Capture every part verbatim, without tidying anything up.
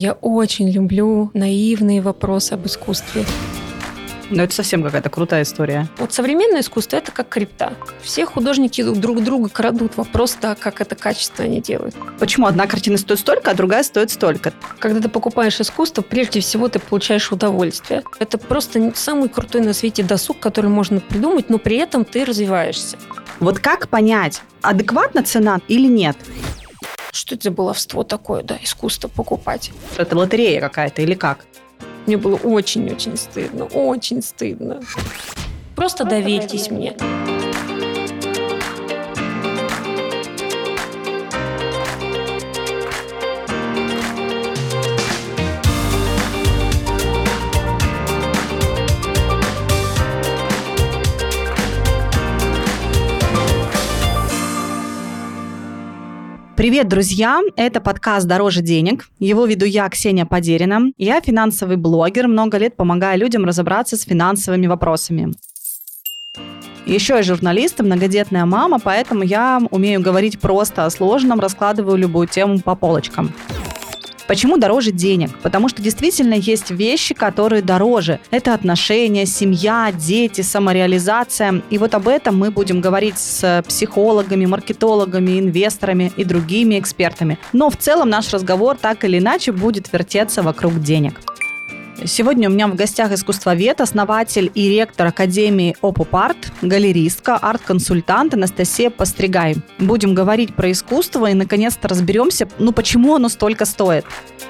Я очень люблю наивные вопросы об искусстве. Но это совсем какая-то крутая история. Вот современное искусство – это как крипта. Все художники друг друга крадут. Вопрос, да, как это качество они делают. Почему одна картина стоит столько, а другая стоит столько? Когда ты покупаешь искусство, прежде всего ты получаешь удовольствие. Это просто самый крутой на свете досуг, который можно придумать, но при этом ты развиваешься. Вот как понять, адекватна цена или нет? Что это за баловство такое, да, искусство покупать? Это лотерея какая-то или как? Мне было очень-очень стыдно, очень стыдно. Просто доверьтесь мне. Привет, друзья! Это подкаст «Дороже денег». Его веду я, Ксения Подерина. Я финансовый блогер, много лет помогаю людям разобраться с финансовыми вопросами. Еще я журналист и многодетная мама, поэтому я умею говорить просто о сложном, раскладываю любую тему по полочкам. Почему дороже денег? Потому что действительно есть вещи, которые дороже. Это отношения, семья, дети, самореализация. И вот об этом мы будем говорить с психологами, маркетологами, инвесторами и другими экспертами. Но в целом наш разговор так или иначе будет вертеться вокруг денег. Сегодня у меня в гостях искусствовед, основатель и ректор Академии Опоп-Арт, галеристка, арт-консультант Анастасия Постригай. Будем говорить про искусство и, наконец-то, разберемся, ну почему оно столько стоит.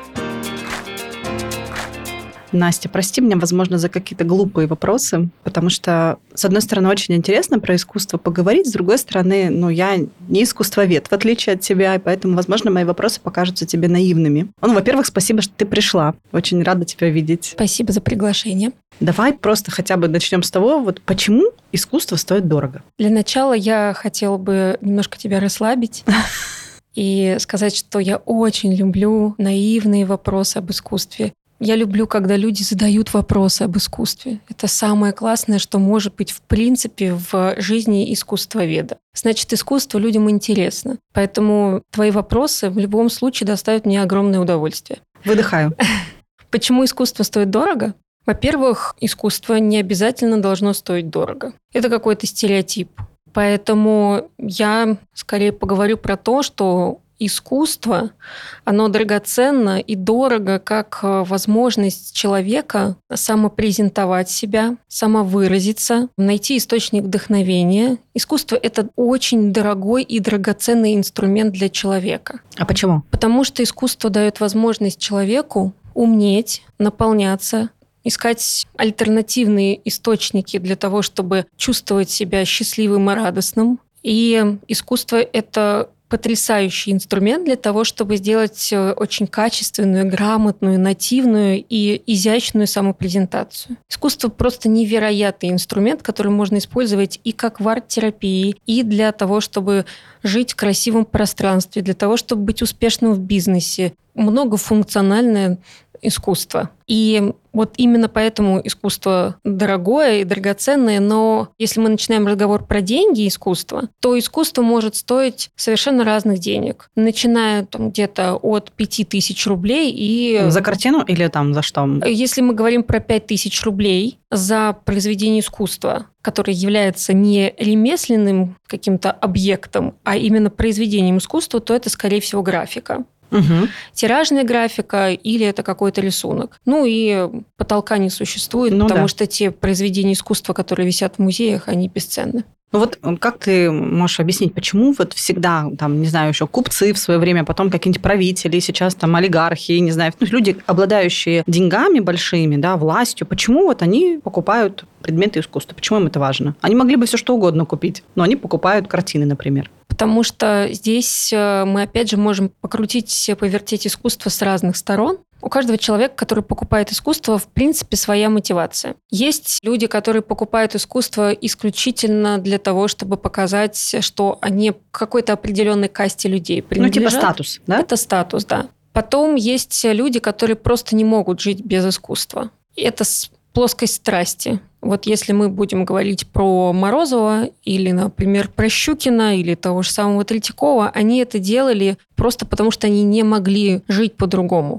Настя, прости меня, возможно, за какие-то глупые вопросы, потому что, с одной стороны, очень интересно про искусство поговорить, с другой стороны, ну, я не искусствовед, в отличие от тебя, и поэтому, возможно, мои вопросы покажутся тебе наивными. Ну, во-первых, спасибо, что ты пришла. Очень рада тебя видеть. Спасибо за приглашение. Давай просто хотя бы начнем с того, вот почему искусство стоит дорого? Для начала я хотела бы немножко тебя расслабить и сказать, что я очень люблю наивные вопросы об искусстве. Я люблю, когда люди задают вопросы об искусстве. Это самое классное, что может быть в принципе в жизни искусствоведа. Значит, искусство людям интересно. Поэтому твои вопросы в любом случае доставят мне огромное удовольствие. Выдыхаю. Почему искусство стоит дорого? Во-первых, искусство не обязательно должно стоить дорого. Это какой-то стереотип. Поэтому я скорее поговорю про то, что искусство, оно драгоценно и дорого как возможность человека самопрезентовать себя, самовыразиться, найти источник вдохновения. Искусство – это очень дорогой и драгоценный инструмент для человека. А почему? Потому что искусство дает возможность человеку умнеть, наполняться, искать альтернативные источники для того, чтобы чувствовать себя счастливым и радостным. И искусство – это потрясающий инструмент для того, чтобы сделать очень качественную, грамотную, нативную и изящную самопрезентацию. Искусство просто невероятный инструмент, который можно использовать и как в арт-терапии, и для того, чтобы жить в красивом пространстве, для того, чтобы быть успешным в бизнесе. Многофункциональное искусство. И вот именно поэтому искусство дорогое и драгоценное, но если мы начинаем разговор про деньги искусства, то искусство может стоить совершенно разных денег, начиная там, где-то от пяти тысяч рублей и... За картину или там за что? Если мы говорим про пять тысяч рублей за произведение искусства, которое является не ремесленным каким-то объектом, а именно произведением искусства, то это, скорее всего, графика. Угу. Тиражная графика или это какой-то рисунок. Ну и потолка не существует, ну, потому да. что те произведения искусства, которые висят в музеях, они бесценны. Ну вот как ты можешь объяснить, почему вот всегда, там, не знаю, еще купцы в свое время, потом какие-нибудь правители, сейчас там олигархи, не знаю, ну, люди, обладающие деньгами большими, да, властью, почему вот они покупают предметы искусства? Почему им это важно? Они могли бы все что угодно купить, но они покупают картины, например. Потому что здесь мы, опять же, можем покрутить, повертеть искусство с разных сторон. У каждого человека, который покупает искусство, в принципе, своя мотивация. Есть люди, которые покупают искусство исключительно для того, чтобы показать, что они к какой-то определенной касте людей принадлежат. Ну, типа статус, да? Это статус, да. Потом есть люди, которые просто не могут жить без искусства. Это плоскость страсти. Вот если мы будем говорить про Морозова или, например, про Щукина или того же самого Третьякова, они это делали просто потому, что они не могли жить по-другому.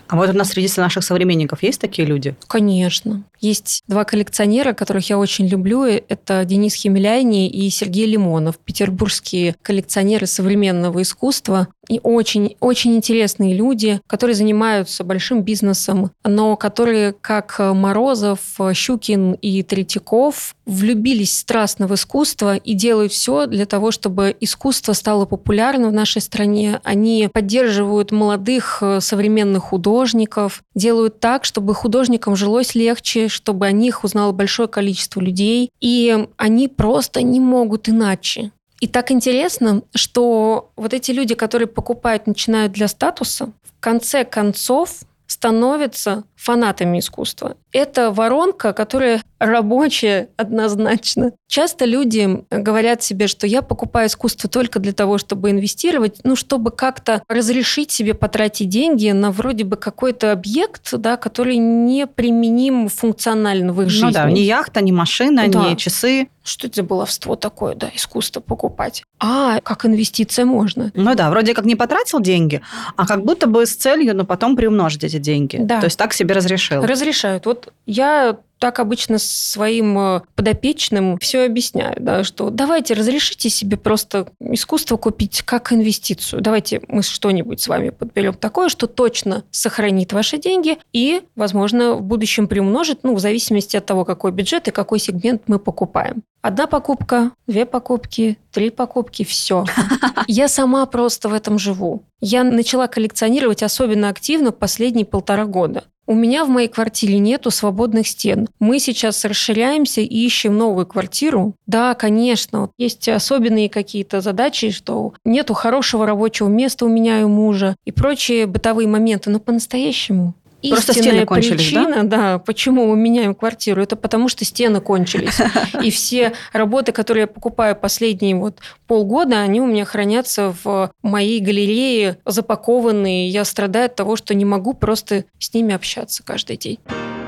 А вот у нас среди наших современников есть такие люди? Конечно. Есть два коллекционера, которых я очень люблю. Это Денис Хемеляйни и Сергей Лимонов. Петербургские коллекционеры современного искусства. И очень, очень интересные люди, которые занимаются большим бизнесом, но которые, как Морозов, Щукин и Третьяков, влюбились страстно в искусство и делают все для того, чтобы искусство стало популярным в нашей стране. Они поддерживают молодых современных художников, делают так, чтобы художникам жилось легче, чтобы о них узнало большое количество людей, и они просто не могут иначе. И так интересно, что вот эти люди, которые покупают, начинают для статуса, в конце концов становятся фанатами искусства. Это воронка, которая рабочая однозначно. Часто люди говорят себе, что я покупаю искусство только для того, чтобы инвестировать, ну, чтобы как-то разрешить себе потратить деньги на вроде бы какой-то объект, да, который не применим функционально в их жизни. Ну да, ни яхта, ни машина, да. ни часы. Что это за баловство такое, да, искусство покупать? А, как инвестиция можно. Ну да, вроде как не потратил деньги, а как будто бы с целью, но потом приумножить эти деньги. Да. То есть так себе разрешил. Разрешают. Вот я так обычно своим подопечным все объясняю, да, что давайте разрешите себе просто искусство купить как инвестицию. Давайте мы что-нибудь с вами подберем такое, что точно сохранит ваши деньги и, возможно, в будущем приумножит, ну, в зависимости от того, какой бюджет и какой сегмент мы покупаем. Одна покупка, две покупки, три покупки, все. Я сама просто в этом живу. Я начала коллекционировать особенно активно последние полтора года. У меня в моей квартире нету свободных стен. Мы сейчас расширяемся и ищем новую квартиру. Да, конечно, есть особенные какие-то задачи, что нету хорошего рабочего места у меня и у мужа и прочие бытовые моменты, но по-настоящему. Просто Истинная стены кончились, причина, да? да, почему мы меняем квартиру, это потому что стены кончились. И все работы, которые я покупаю последние вот полгода, они у меня хранятся в моей галерее, запакованные. Я страдаю от того, что не могу просто с ними общаться каждый день.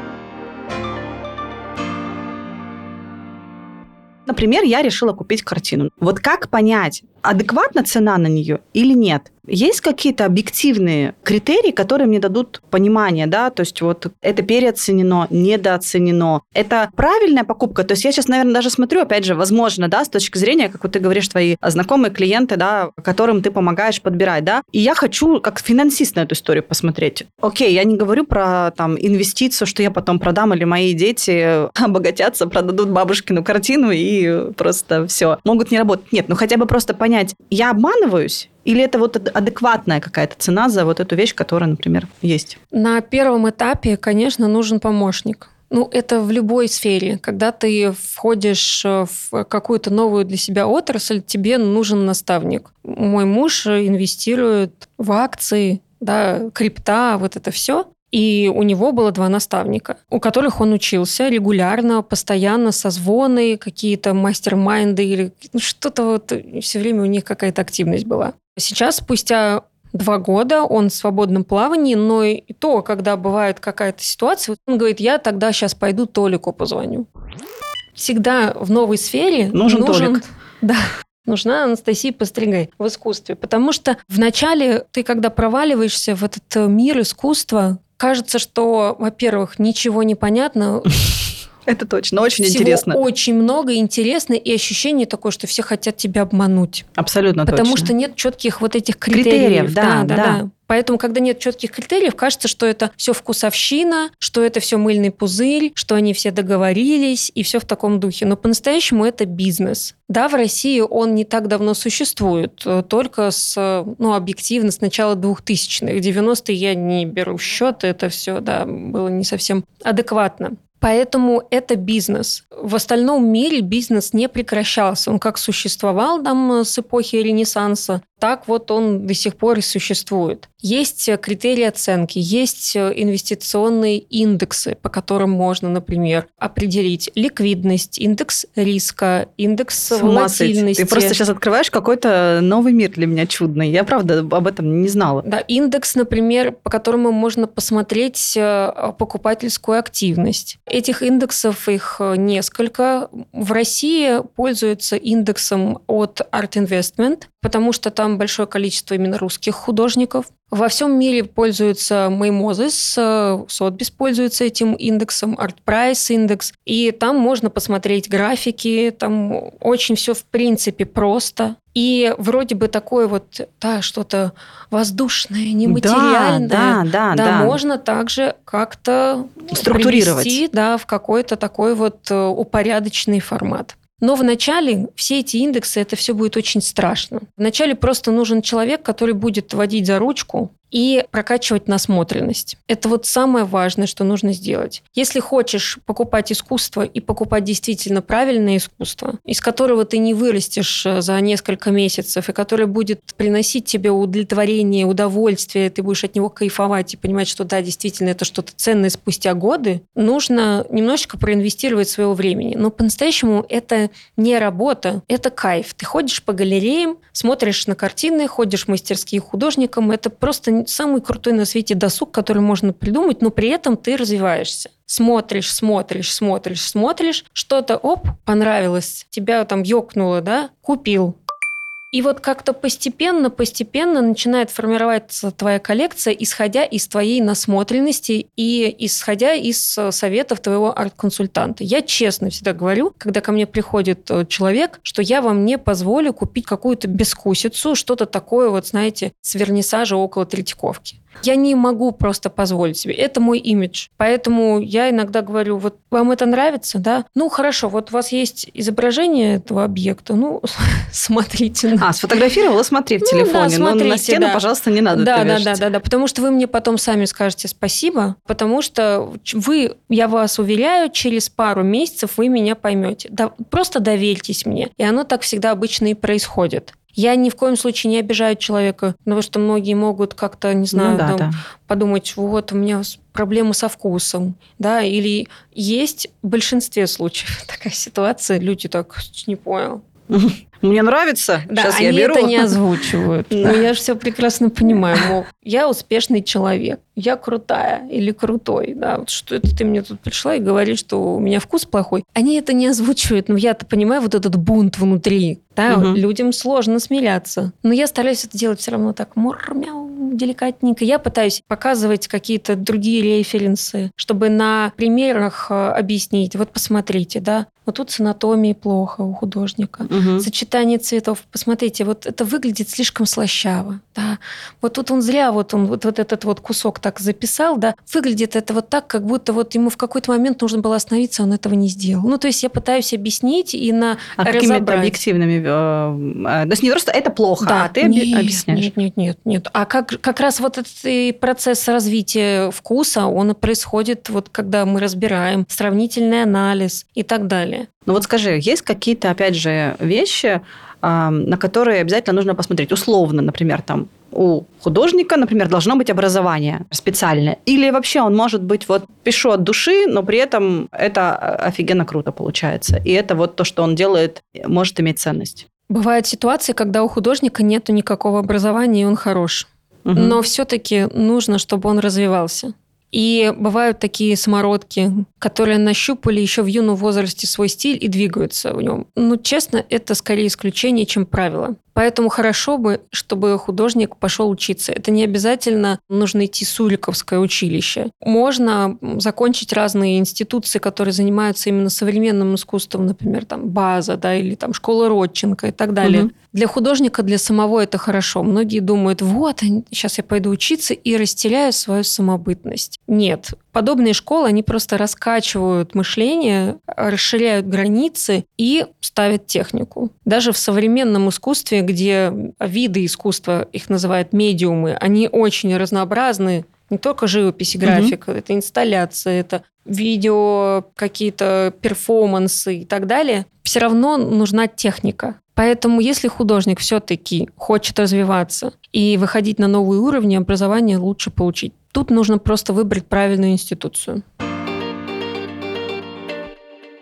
Например, я решила купить картину. Вот как понять, адекватна цена на нее или нет? Есть какие-то объективные критерии, которые мне дадут понимание, да, то есть вот это переоценено, недооценено. Это правильная покупка? То есть я сейчас, наверное, даже смотрю, опять же, возможно, да, с точки зрения, как вот ты говоришь, твои знакомые клиенты, да, которым ты помогаешь подбирать, да, и я хочу как финансист на эту историю посмотреть. Окей, я не говорю про там инвестицию, что я потом продам, или мои дети обогатятся, продадут бабушкину картину и просто все, могут не работать. Нет, ну хотя бы просто понять, я обманываюсь, или это вот адекватная какая-то цена за вот эту вещь, которая, например, есть? На первом этапе, конечно, нужен помощник. Ну, это в любой сфере. Когда ты входишь в какую-то новую для себя отрасль, тебе нужен наставник. Мой муж инвестирует в акции, да, крипта, вот это все. И у него было два наставника, у которых он учился регулярно, постоянно, созвоны, какие-то мастер-майнды или что-то вот, все время у них какая-то активность была. Сейчас, спустя два года, он в свободном плавании, но и то, когда бывает какая-то ситуация, он говорит, я тогда сейчас пойду Толику позвоню. Всегда в новой сфере нужен, нужен Толик. Да. Нужна Анастасия Постригай в искусстве. Потому что вначале ты, когда проваливаешься в этот мир искусства, кажется, что, во-первых, ничего не понятно. Это точно, очень Всего интересно. Очень много интересно, и ощущение такое, что все хотят тебя обмануть. Абсолютно Потому точно. что нет четких вот этих критериев. Критериев, да, да, да. да. Поэтому, когда нет четких критериев, кажется, что это все вкусовщина, что это все мыльный пузырь, что они все договорились, и все в таком духе. Но по-настоящему это бизнес. Да, в России он не так давно существует, только с, ну, объективно, с начала двухтысячных. девяностые я не беру в счет, это все, да, было не совсем адекватно. Поэтому это бизнес. В остальном мире бизнес не прекращался. Он как существовал там с эпохи Ренессанса, так вот он до сих пор и существует. Есть критерии оценки, есть инвестиционные индексы, по которым можно, например, определить ликвидность, индекс риска, индекс волатильности. Ты просто сейчас открываешь какой-то новый мир для меня чудный. Я, правда, об этом не знала. Да, индекс, например, по которому можно посмотреть покупательскую активность. Этих индексов их несколько. В России пользуются индексом от Art Investment. потому что там большое количество именно русских художников. Во всем мире пользуются Mimosas, Sotheby's пользуется этим индексом, ArtPrice индекс, и там можно посмотреть графики, там очень все в принципе просто. И вроде бы такое вот, да, что-то воздушное, нематериальное. Да, да, да. Да, да. можно также как-то структурировать, привести, да, в какой-то такой вот упорядоченный формат. Но вначале все эти индексы, это все будет очень страшно. Вначале просто нужен человек, который будет водить за ручку и прокачивать насмотренность. Это вот самое важное, что нужно сделать. Если хочешь покупать искусство и покупать действительно правильное искусство, из которого ты не вырастешь за несколько месяцев и которое будет приносить тебе удовлетворение, удовольствие, ты будешь от него кайфовать и понимать, что да, действительно, это что-то ценное спустя годы, нужно немножечко проинвестировать своего времени. Но по-настоящему это не работа, это кайф. Ты ходишь по галереям, смотришь на картины, ходишь в мастерские художникам. Это просто самый крутой на свете досуг, который можно придумать, но при этом ты развиваешься. Смотришь, смотришь, смотришь, смотришь, что-то, оп, понравилось, тебя там ёкнуло, да, купил. И вот как-то постепенно, постепенно начинает формироваться твоя коллекция, исходя из твоей насмотренности и исходя из советов твоего арт-консультанта. Я честно всегда говорю, когда ко мне приходит человек, что я вам не позволю купить какую-то бескусицу, что-то такое, вот знаете, с вернисажа около Третьяковки. Я не могу просто позволить себе. Это мой имидж. Поэтому я иногда говорю, вот вам это нравится, да? Ну, хорошо, вот у вас есть изображение этого объекта, ну, смотрите. А, сфотографировала, смотри в телефоне. Ну, да, смотрите, но на стену, да. пожалуйста, не надо. Да, да, да, да, да, потому что вы мне потом сами скажете спасибо, потому что вы, я вас уверяю, через пару месяцев вы меня поймете. Да, просто доверьтесь мне. И оно так всегда обычно и происходит. Я ни в коем случае не обижаю человека, потому что многие могут как-то, не знаю, ну, да, там, да. подумать, вот у меня проблемы со вкусом, да, или есть в большинстве случаев такая ситуация, люди так, не понял. Мне нравится, да, сейчас они я беру. это не озвучивают. Но я же все прекрасно понимаю, мол, я успешный человек, я крутая или крутой, да, вот что это ты мне тут пришла и говоришь, что у меня вкус плохой. Они это не озвучивают, но я-то понимаю вот этот бунт внутри, да, Угу. людям сложно смиряться. Но я стараюсь это делать все равно так мур-мяу, деликатненько. Я пытаюсь показывать какие-то другие референсы, чтобы на примерах объяснить. Вот посмотрите, да, вот тут с анатомией плохо у художника. Угу. Сочетание цветов. Посмотрите, вот это выглядит слишком слащаво. Да. Вот тут он зря вот, он, вот, вот этот вот кусок так записал. Да. Выглядит это вот так, как будто вот ему в какой-то момент нужно было остановиться, он этого не сделал. Ну, то есть я пытаюсь объяснить и на А какими-то объективными... То есть не просто это плохо, да, а ты нет, объясняешь. Нет, нет, нет, нет. А как, как раз вот этот процесс развития вкуса, он происходит, вот когда мы разбираем сравнительный анализ и так далее. Ну вот скажи, есть какие-то, опять же, вещи, на которые обязательно нужно посмотреть? Условно, например, там у художника, например, должно быть образование специальное. Или вообще он может быть, вот пишу от души, но при этом это офигенно круто получается. И это вот то, что он делает, может иметь ценность. Бывают ситуации, когда у художника нет никакого образования, и он хорош. Угу. Но все-таки нужно, чтобы он развивался. И бывают такие самородки, которые нащупали еще в юном возрасте свой стиль и двигаются в нем. Но, честно, это скорее исключение, чем правило. Поэтому хорошо бы, чтобы художник пошел учиться. Это не обязательно нужно идти в Суриковское училище. Можно закончить разные институции, которые занимаются именно современным искусством, например, там база, да, или там школа Родченко и так далее. Угу. Для художника, для самого это хорошо. Многие думают, вот, сейчас я пойду учиться и растеряю свою самобытность. Нет. Подобные школы, они просто раскачивают мышление, расширяют границы и ставят технику. Даже в современном искусстве, где виды искусства, их называют медиумы, они очень разнообразны. Не только живопись и графика, mm-hmm. это инсталляция, это видео, какие-то перформансы и так далее. Все равно нужна техника. Поэтому если художник все-таки хочет развиваться и выходить на новые уровни, образование лучше получить. Тут нужно просто выбрать правильную институцию.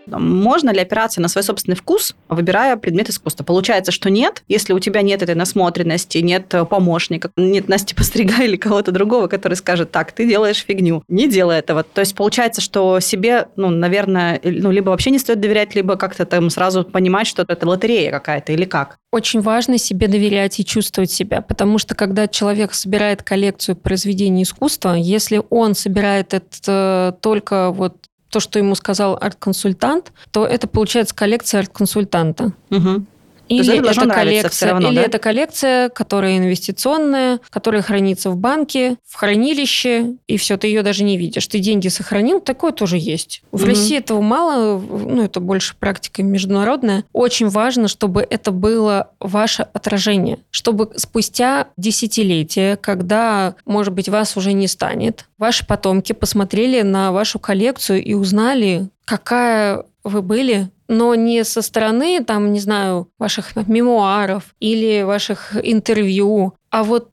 Можно ли опираться на свой собственный вкус, выбирая предмет искусства? Получается, что нет, если у тебя нет этой насмотренности, нет помощника, нет Насти Пострига или кого-то другого, который скажет: так, ты делаешь фигню, не делай этого. То есть получается, что себе, ну, наверное, ну, либо вообще не стоит доверять, либо как-то там сразу понимать, что это лотерея какая-то или как? Очень важно себе доверять и чувствовать себя, потому что когда человек собирает коллекцию произведений искусства, если он собирает это только вот то, что ему сказал арт-консультант, то это получается коллекция арт-консультанта. Угу. Или это, это коллекция, равно, или да? это коллекция, которая инвестиционная, которая хранится в банке, в хранилище, и все, ты ее даже не видишь. Ты деньги сохранил, такое тоже есть. В угу. России этого мало, ну, это больше практика международная. Очень важно, чтобы это было ваше отражение, чтобы спустя десятилетия, когда, может быть, вас уже не станет, ваши потомки посмотрели на вашу коллекцию и узнали, какая вы были, но не со стороны, там, не знаю, ваших мемуаров или ваших интервью, а вот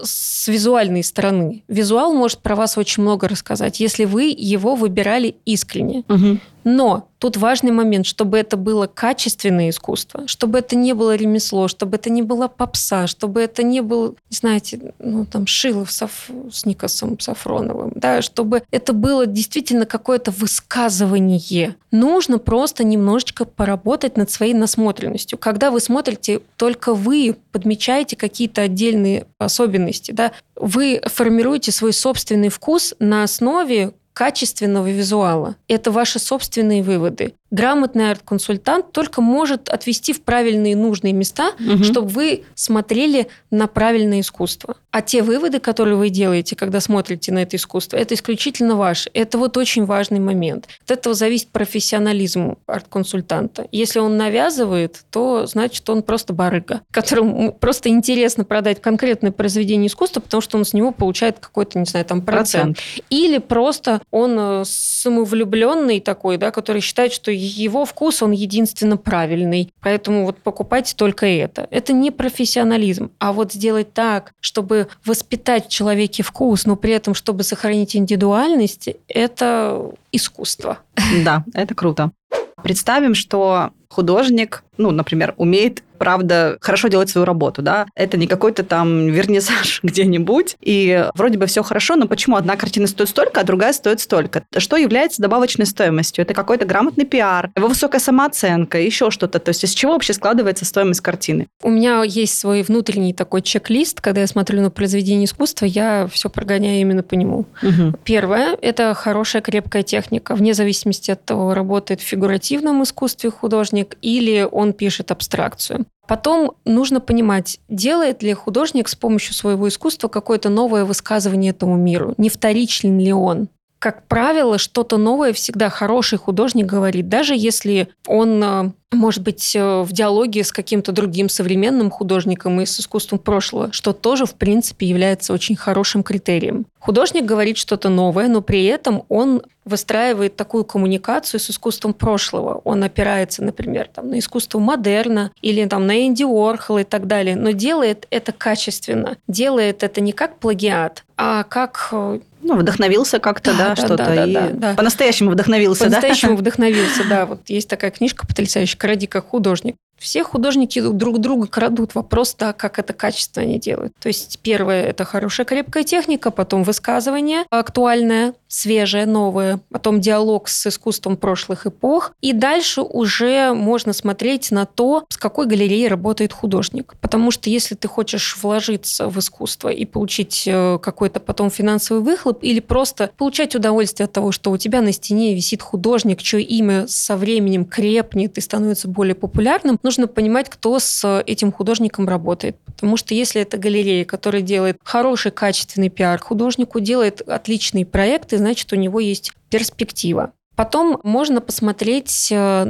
с визуальной стороны. Визуал может про вас очень много рассказать, если вы его выбирали искренне. Угу. Но тут важный момент, чтобы это было качественное искусство, чтобы это не было ремесло, чтобы это не была попса, чтобы это не был, знаете, ну там Шилов Саф... с Никосом Сафроновым, да, чтобы это было действительно какое-то высказывание. Нужно просто немножечко поработать над своей насмотренностью. Когда вы смотрите, только вы подмечаете какие-то отдельные особенности, да, вы формируете свой собственный вкус на основе качественного визуала. Это ваши собственные выводы. Грамотный арт-консультант только может отвести в правильные нужные места, угу. чтобы вы смотрели на правильное искусство. А те выводы, которые вы делаете, когда смотрите на это искусство, это исключительно ваши. Это вот очень важный момент. От этого зависит профессионализм арт-консультанта. Если он навязывает, то значит он просто барыга, которому просто интересно продать конкретное произведение искусства, потому что он с него получает какой-то, не знаю, там процент. процент. Или просто он самовлюбленный такой, да, который считает, что его вкус, он единственно правильный. Поэтому вот покупайте только это. Это не профессионализм. А вот сделать так, чтобы воспитать в человеке вкус, но при этом, чтобы сохранить индивидуальность, это искусство. Да, это круто. Представим, что художник, ну, например, умеет, правда, хорошо делать свою работу, да, это не какой-то там вернисаж где-нибудь, и вроде бы все хорошо, но почему одна картина стоит столько, а другая стоит столько? Что является добавочной стоимостью? Это какой-то грамотный пиар, его высокая самооценка, еще что-то, то есть из чего вообще складывается стоимость картины? У меня есть свой внутренний такой чек-лист, когда я смотрю на произведение искусства, я все прогоняю именно по нему. Угу. Первое – это хорошая крепкая техника, вне зависимости от того, работает в фигуративном искусстве художник или он пишет абстракцию. Потом нужно понимать, делает ли художник с помощью своего искусства какое-то новое высказывание этому миру, не вторичен ли он. Как правило, что-то новое всегда хороший художник говорит, даже если он, может быть, в диалоге с каким-то другим современным художником и с искусством прошлого, что тоже, в принципе, является очень хорошим критерием. Художник говорит что-то новое, но при этом он выстраивает такую коммуникацию с искусством прошлого. Он опирается, например, там, на искусство модерна или там, на Энди Уорхола и так далее, но делает это качественно. Делает это не как плагиат, а как... Ну, вдохновился как-то, да, да, да что-то. Да, и да, да. По-настоящему вдохновился, По-настоящему да? По-настоящему вдохновился, да. Вот есть такая книжка потрясающая «Кради как художник». Все художники друг друга крадут. Вопрос, да, как это качественно они делают. То есть первое – это хорошая крепкая техника, потом высказывание актуальное, свежее, новое, потом диалог с искусством прошлых эпох. И дальше уже можно смотреть на то, с какой галереей работает художник. Потому что если ты хочешь вложиться в искусство и получить какой-то потом финансовый выхлоп или просто получать удовольствие от того, что у тебя на стене висит художник, чье имя со временем крепнет и становится более популярным, нужно понимать, кто с этим художником работает. Потому что если это галерея, которая делает хороший, качественный пиар художнику, делает отличные проекты, значит, у него есть перспектива. Потом можно посмотреть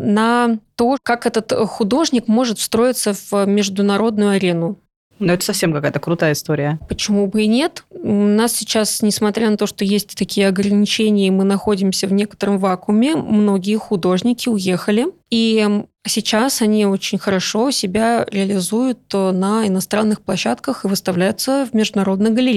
на то, как этот художник может встроиться в международную арену. Ну, это совсем какая-то крутая история. Почему бы и нет? У нас сейчас, несмотря на то, что есть такие ограничения, и мы находимся в некотором вакууме, многие художники уехали. И сейчас они очень хорошо себя реализуют на иностранных площадках и выставляются в международных галереях.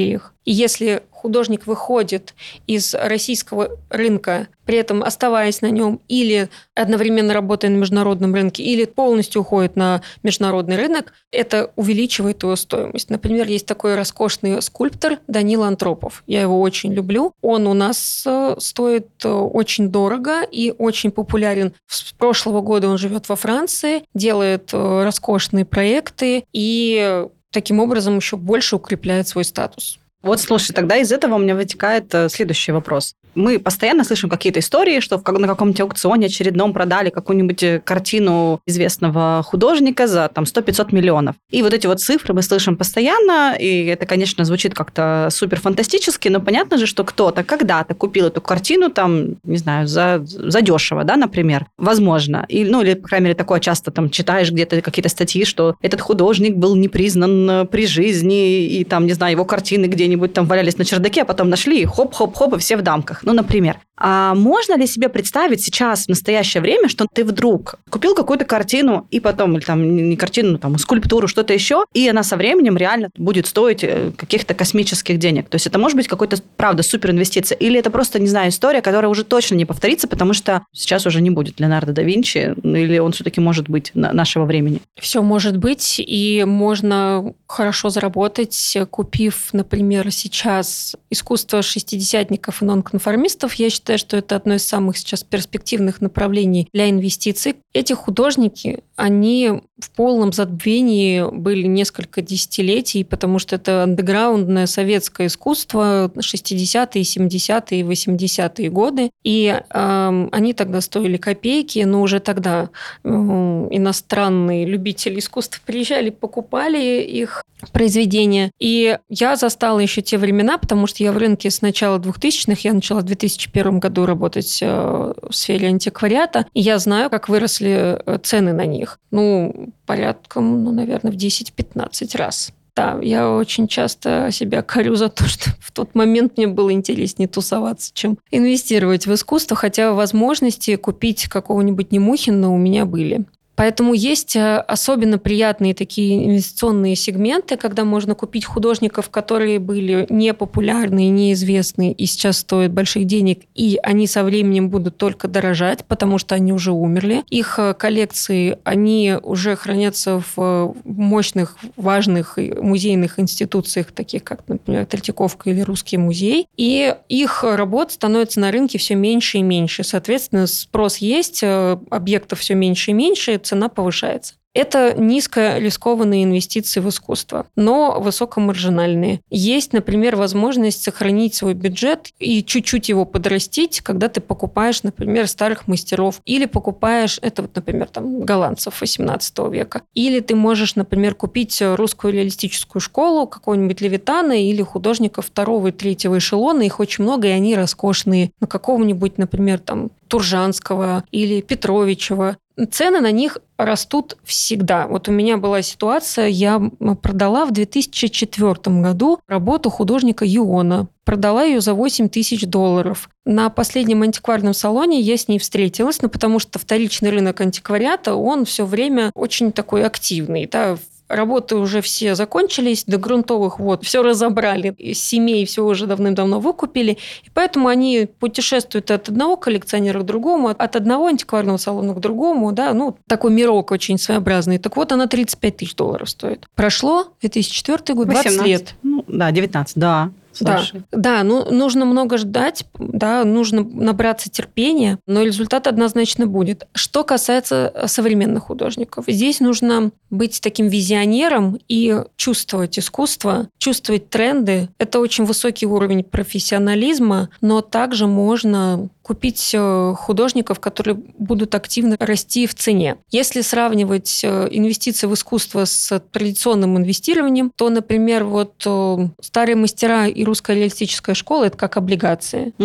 И если художник выходит из российского рынка, при этом оставаясь на нем, или одновременно работая на международном рынке, или полностью уходит на международный рынок, это увеличивает его стоимость. Например, есть такой роскошный скульптор Данила Антропов. Я его очень люблю. Он у нас стоит очень дорого и очень популярен. С прошлого года он живет во Франции, делает роскошные проекты и таким образом еще больше укрепляет свой статус. Вот, слушай, тогда из этого у меня вытекает следующий вопрос. Мы постоянно слышим какие-то истории, что на каком-нибудь аукционе очередном продали какую-нибудь картину известного художника за там сто-пятьсот миллионов. И вот эти вот цифры мы слышим постоянно, и это, конечно, звучит как-то супер фантастически, но понятно же, что кто-то когда-то купил эту картину там, не знаю, за, за дешево, да, например. Возможно. И, ну, или, по крайней мере, такое часто там читаешь где-то какие-то статьи, что этот художник был не признан при жизни, и там, не знаю, его картины где-нибудь там валялись на чердаке, а потом нашли, и хоп-хоп-хоп, и все в дамках. Ну, например. А можно ли себе представить сейчас, в настоящее время, что ты вдруг купил какую-то картину, и потом, или там не картину, там скульптуру, что-то еще, и она со временем реально будет стоить каких-то космических денег? То есть это может быть какой-то, правда, суперинвестиция? Или это просто, не знаю, история, которая уже точно не повторится, потому что сейчас уже не будет Леонардо да Винчи, или он все-таки может быть нашего времени? Все может быть, и можно хорошо заработать, купив, например, сейчас искусство шестидесятников и нонконформистов. Я считаю, что это одно из самых сейчас перспективных направлений для инвестиций. Эти художники, они в полном забвении были несколько десятилетий, потому что это андеграундное советское искусство шестидесятые, семидесятые и восьмидесятые годы. И э, они тогда стоили копейки, но уже тогда э, иностранные любители искусства приезжали, покупали их произведения. И я застала еще те времена, потому что я в рынке с начала двухтысячных, я начала в две тысячи первом году работать в сфере антиквариата, и я знаю, как выросли цены на них. Ну, порядком, ну, наверное, в десять-пятнадцать раз. Да, я очень часто себя корю за то, что в тот момент мне было интереснее тусоваться, чем инвестировать в искусство, хотя возможности купить какого-нибудь Немухина у меня были. Поэтому есть особенно приятные такие инвестиционные сегменты, когда можно купить художников, которые были непопулярны, неизвестны и сейчас стоят больших денег, и они со временем будут только дорожать, потому что они уже умерли. Их коллекции, они уже хранятся в мощных, важных музейных институциях, таких как, например, Третьяковка или Русский музей, и их работ становится на рынке все меньше и меньше. Соответственно, спрос есть, объектов все меньше и меньше, цена повышается. Это низкорискованные инвестиции в искусство, но высокомаржинальные. Есть, например, возможность сохранить свой бюджет и чуть-чуть его подрастить, когда ты покупаешь, например, старых мастеров, или покупаешь, это вот, например, там, голландцев восемнадцатого века, или ты можешь, например, купить русскую реалистическую школу какого-нибудь Левитана или художников второго и третьего эшелона, их очень много, и они роскошные, на какого-нибудь, например, там, Туржанского или Петровичева. Цены на них растут всегда. Вот у меня была ситуация, я продала в две тысячи четвёртом году работу художника Юона. Продала ее за восемь тысяч долларов. На последнем антикварном салоне я с ней встретилась, ну, потому что вторичный рынок антиквариата, он все время очень такой активный, да. Работы уже все закончились, до грунтовых вот все разобрали, из семей все уже давным-давно выкупили, и поэтому они путешествуют от одного коллекционера к другому, от одного антикварного салона к другому, да, ну, такой мирок очень своеобразный. Так вот, она тридцать пять тысяч долларов стоит. Прошло две тысячи четвёртый год, двадцать лет. Ну, да, девятнадцать, да. Слушай. Да, да, ну нужно много ждать, да, нужно набраться терпения, но результат однозначно будет. Что касается современных художников, здесь нужно быть таким визионером и чувствовать искусство, чувствовать тренды. Это очень высокий уровень профессионализма, но также можно купить художников, которые будут активно расти в цене. Если сравнивать инвестиции в искусство с традиционным инвестированием, то, например, вот старые мастера и русская реалистическая школа – это как облигации. Угу.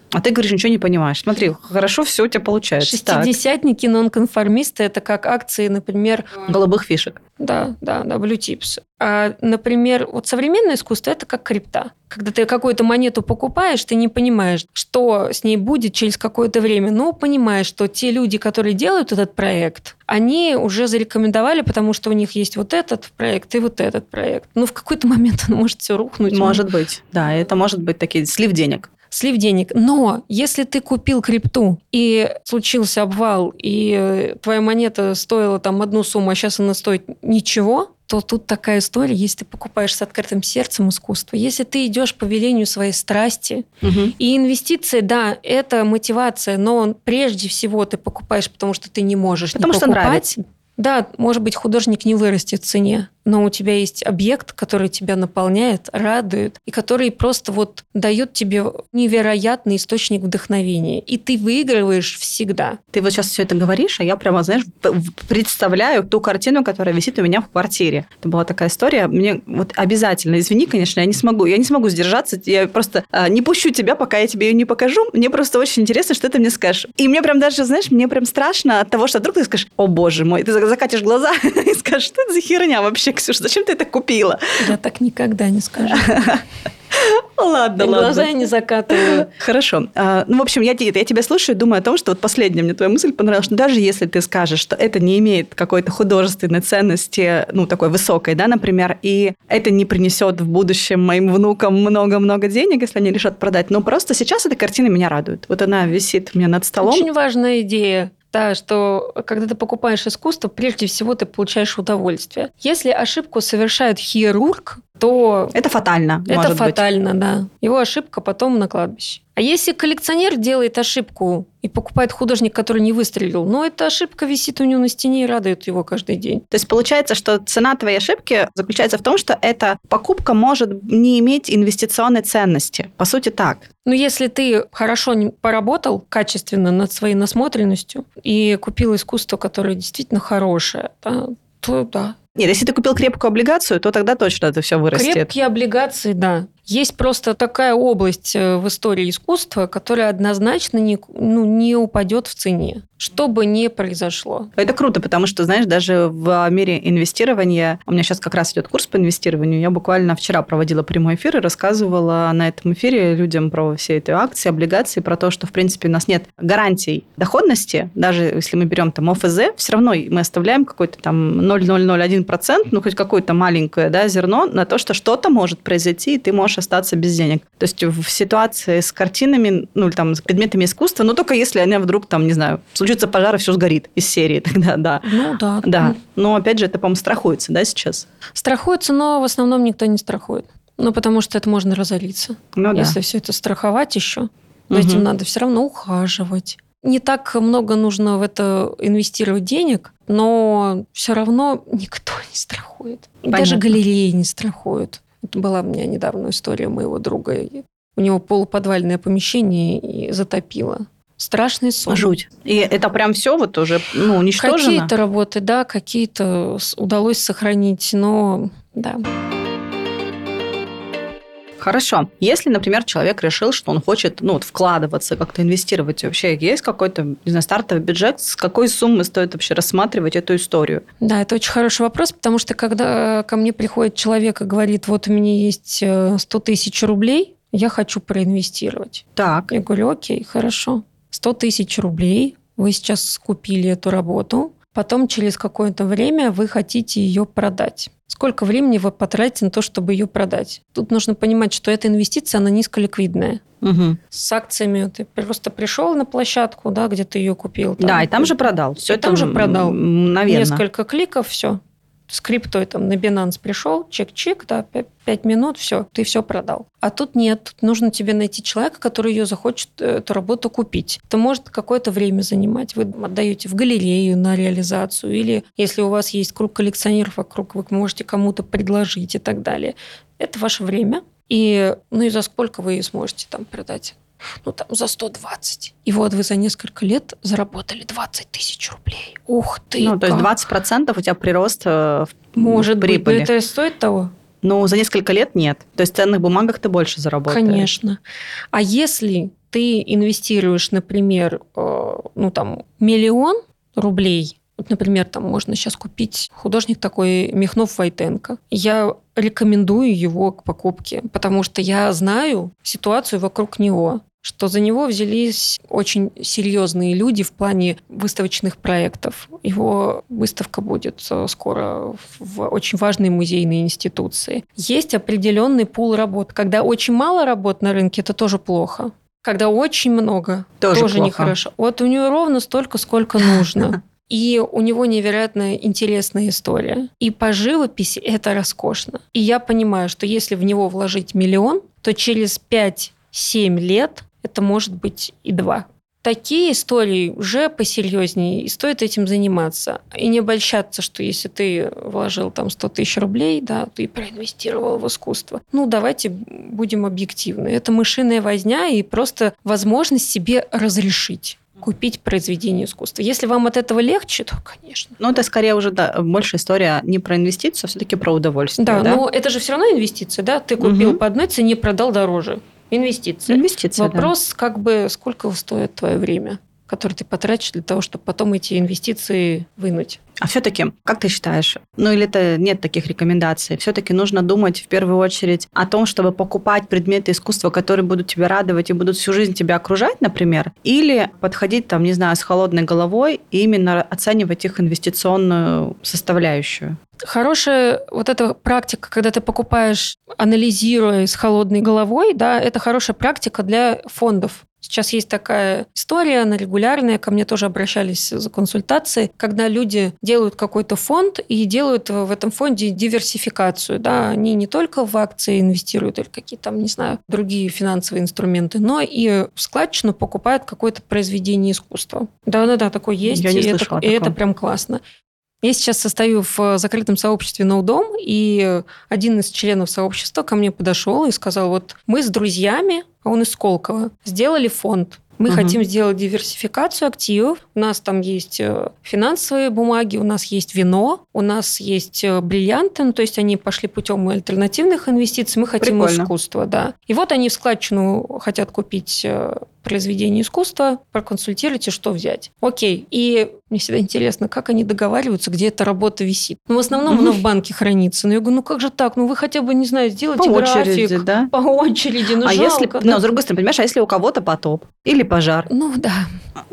А ты говоришь, ничего не понимаешь. Смотри, хорошо все у тебя получается. Шестидесятники, нонконформисты – это как акции, например… Голубых фишек. Да, да, да, Blue Chips. А, например, вот современное искусство – это как крипта. Когда ты какую-то монету покупаешь, ты не понимаешь, что с ней будет через какое-то время, но понимаешь, что те люди, которые делают этот проект, они уже зарекомендовали, потому что у них есть вот этот проект и вот этот проект. Но в какой-то момент он может все рухнуть. Может быть, да, это может быть такие слив денег. Слив денег. Но если ты купил крипту, и случился обвал, и твоя монета стоила там одну сумму, а сейчас она стоит ничего, то тут такая история, если ты покупаешь с открытым сердцем искусство, если ты идешь по велению своей страсти, угу. и инвестиции, да, это мотивация, но прежде всего ты покупаешь, потому что ты не можешь потому не что покупать. Нравится. Да, может быть, художник не вырастет в цене, но у тебя есть объект, который тебя наполняет, радует, и который просто вот дает тебе невероятный источник вдохновения. И ты выигрываешь всегда. Ты вот сейчас все это говоришь, а я прямо, знаешь, представляю ту картину, которая висит у меня в квартире. Это была такая история. Мне вот обязательно, извини, конечно, я не смогу, я не смогу сдержаться, я просто а, не пущу тебя, пока я тебе ее не покажу. Мне просто очень интересно, что ты мне скажешь. И мне прям даже, знаешь, мне прям страшно от того, что вдруг ты скажешь: о, боже мой, ты закатишь глаза и скажешь: что это за херня вообще, Ксюша, зачем ты это купила? Я так никогда не скажу. Ладно, и ладно. Глаза я не закатываю. Хорошо. Ну, в общем, я, я тебя слушаю и думаю о том, что вот последняя мне твоя мысль понравилась, что даже если ты скажешь, что это не имеет какой-то художественной ценности, ну, такой высокой, да, например, и это не принесет в будущем моим внукам много-много денег, если они решат продать, но просто сейчас эта картина меня радует. Вот она висит у меня над столом. Очень важная идея. Да, что когда ты покупаешь искусство, прежде всего ты получаешь удовольствие. Если ошибку совершает хирург, то… Это фатально, Это может фатально, быть. да. Его ошибка потом на кладбище. А если коллекционер делает ошибку и покупает художник, который не выстрелил, ну, эта ошибка висит у него на стене и радует его каждый день. То есть получается, что цена твоей ошибки заключается в том, что эта покупка может не иметь инвестиционной ценности. По сути, так. Ну, если ты хорошо поработал качественно над своей насмотренностью и купил искусство, которое действительно хорошее, да, то да. Нет, если ты купил крепкую облигацию, то тогда точно это все вырастет. Крепкие облигации, да. Есть просто такая область в истории искусства, которая однозначно не, ну, не упадет в цене, что бы ни произошло. Это круто, потому что, знаешь, даже в мире инвестирования, у меня сейчас как раз идет курс по инвестированию, я буквально вчера проводила прямой эфир и рассказывала на этом эфире людям про все эти акции, облигации, про то, что, в принципе, у нас нет гарантий доходности, даже если мы берем там ОФЗ, все равно мы оставляем какой-то там ноль целых ноль ноль один процент, ну, хоть какое-то маленькое, да, зерно на то, что что-то может произойти, и ты можешь остаться без денег. То есть в ситуации с картинами, ну, или там с предметами искусства, но только если они вдруг, там, не знаю, случится пожар и все сгорит из серии, тогда да. Ну, да. Да. Но, опять же, это, по-моему, страхуется, да, сейчас? Страхуется, но в основном никто не страхует. Ну, потому что это можно разориться. Ну, да. Если все это страховать еще, то этим надо все равно ухаживать. Не так много нужно в это инвестировать денег, но все равно никто не страхует. Понятно. Даже галереи не страхуют. Это была у меня недавно история моего друга. У него полуподвальное помещение и затопило. Страшный сон. Жуть. И это прям все вот уже, ну, уничтожено? Какие-то работы, да, какие-то удалось сохранить, но да. Хорошо. Если, например, человек решил, что он хочет, ну, вот вкладываться, как-то инвестировать, вообще есть какой-то, не знаю, стартовый бюджет, с какой суммы стоит вообще рассматривать эту историю? Да, это очень хороший вопрос, потому что когда ко мне приходит человек и говорит: вот у меня есть сто тысяч рублей, я хочу проинвестировать. Так. Я говорю: окей, хорошо. сто тысяч рублей, вы сейчас купили эту работу, потом через какое-то время вы хотите ее продать. Сколько времени вы потратите на то, чтобы ее продать? Тут нужно понимать, что эта инвестиция, она низколиквидная. Угу. С акциями ты просто пришел на площадку, да, где ты ее купил. Там, да, и там же продал. Все и там же продал. Наверное. Несколько кликов, все. С криптой там на Binance пришел, чик-чик, да, пять минут, все, ты все продал. А тут нет, тут нужно тебе найти человека, который ее захочет, эту работу купить. Это может какое-то время занимать. Вы отдаете в галерею на реализацию, или если у вас есть круг коллекционеров вокруг, вы можете кому-то предложить и так далее. Это ваше время. И, ну и за сколько вы ее сможете там продать? Ну, там, за сто двадцать. И вот вы за несколько лет заработали двадцать тысяч рублей. Ух ты! Ну, как. то есть двадцать процентов у тебя прирост в Может прибыли. быть, но это стоит того? Ну, за несколько лет нет. То есть в ценных бумагах ты больше заработаешь. Конечно. А если ты инвестируешь, например, ну, там, миллион рублей, вот, например, там можно сейчас купить художник такой Михнов Войтенко. Я рекомендую его к покупке, потому что я знаю ситуацию вокруг него, что за него взялись очень серьезные люди в плане выставочных проектов. Его выставка будет скоро в очень важной музейной институции. Есть определенный пул работ. Когда очень мало работ на рынке, это тоже плохо. Когда очень много, тоже, тоже плохо. Нехорошо. Вот у него ровно столько, сколько нужно. И у него невероятно интересная история. И по живописи это роскошно. И я понимаю, что если в него вложить миллион, то через пять-семь лет это может быть и два. Такие истории уже посерьезнее, и стоит этим заниматься. И не обольщаться, что если ты вложил там сто тысяч рублей, да, ты проинвестировал в искусство. Ну, давайте будем объективны. Это мышиная возня и просто возможность себе разрешить купить произведение искусства. Если вам от этого легче, то, конечно. Ну, это скорее уже да, больше история не про инвестицию, а все-таки про удовольствие. Да, да, но это же все равно инвестиция, да? Ты купил угу. по одной цене, продал дороже. Инвестиция. Инвестиция, Вопрос, да. как бы, сколько стоит твое время, которое ты потратишь для того, чтобы потом эти инвестиции вынуть. А все-таки, как ты считаешь, ну или это нет таких рекомендаций, все-таки нужно думать в первую очередь о том, чтобы покупать предметы искусства, которые будут тебя радовать и будут всю жизнь тебя окружать, например, или подходить там, не знаю, с холодной головой и именно оценивать их инвестиционную составляющую? Хорошая вот эта практика, когда ты покупаешь, анализируя с холодной головой, да, это хорошая практика для фондов. Сейчас есть такая история, она регулярная, ко мне тоже обращались за консультацией, когда люди делают какой-то фонд и делают в этом фонде диверсификацию. Да? Они не только в акции инвестируют или какие-то, там, не знаю, другие финансовые инструменты, но и в складчину покупают какое-то произведение искусства. Да-да-да, такое есть, Я не и, слышала это, и это прям классно. Я сейчас состою в закрытом сообществе «Ноудом», и один из членов сообщества ко мне подошел и сказал, вот мы с друзьями, а он из Сколково, сделали фонд. Мы угу. хотим сделать диверсификацию активов. У нас там есть финансовые бумаги, у нас есть вино, у нас есть бриллианты, ну, то есть они пошли путем альтернативных инвестиций, мы хотим Прикольно. Искусства. Да. И вот они в складчину хотят купить произведение искусства, проконсультируйте, что взять. Окей. И мне всегда интересно, как они договариваются, где эта работа висит. Ну, в основном mm-hmm. она в банке хранится. Но я говорю, ну как же так? Ну вы хотя бы, не знаю, сделайте по график. Очереди, да? По очереди, ну а жалко. Если, да? Но, с другой стороны, понимаешь, а если у кого-то потоп или пожар? Ну, да.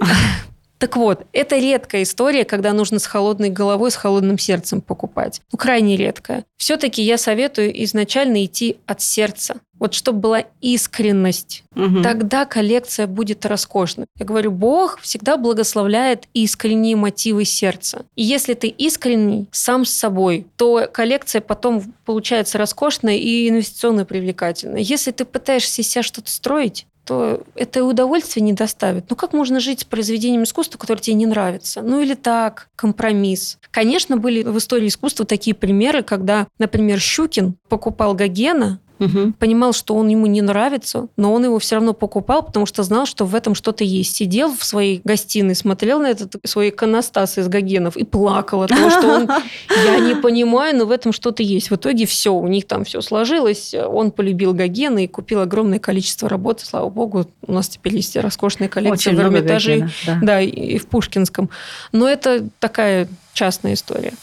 Так вот, это редкая история, когда нужно с холодной головой, с холодным сердцем покупать. Ну, крайне редкая. Все-таки я советую изначально идти от сердца. Вот чтобы была искренность, угу. тогда коллекция будет роскошной. Я говорю, Бог всегда благословляет искренние мотивы сердца. И если ты искренний сам с собой, то коллекция потом получается роскошная и инвестиционно привлекательная. Если ты пытаешься из себя что-то строить, то это удовольствие не доставит. Ну, как можно жить с произведением искусства, которое тебе не нравится? Ну, или так, компромисс. Конечно, были в истории искусства такие примеры, когда, например, Щукин покупал Гогена, угу. понимал, что он ему не нравится, но он его все равно покупал, потому что знал, что в этом что-то есть. Сидел в своей гостиной, смотрел на этот свой иконостас из Гогенов и плакал от того, что он, я не понимаю, но в этом что-то есть. В итоге все, у них там все сложилось, он полюбил Гогена и купил огромное количество работ. Слава богу, у нас теперь есть роскошная коллекция очень в Эрмитаже, Гогена, да. да, и в Пушкинском. Но это такая частная история.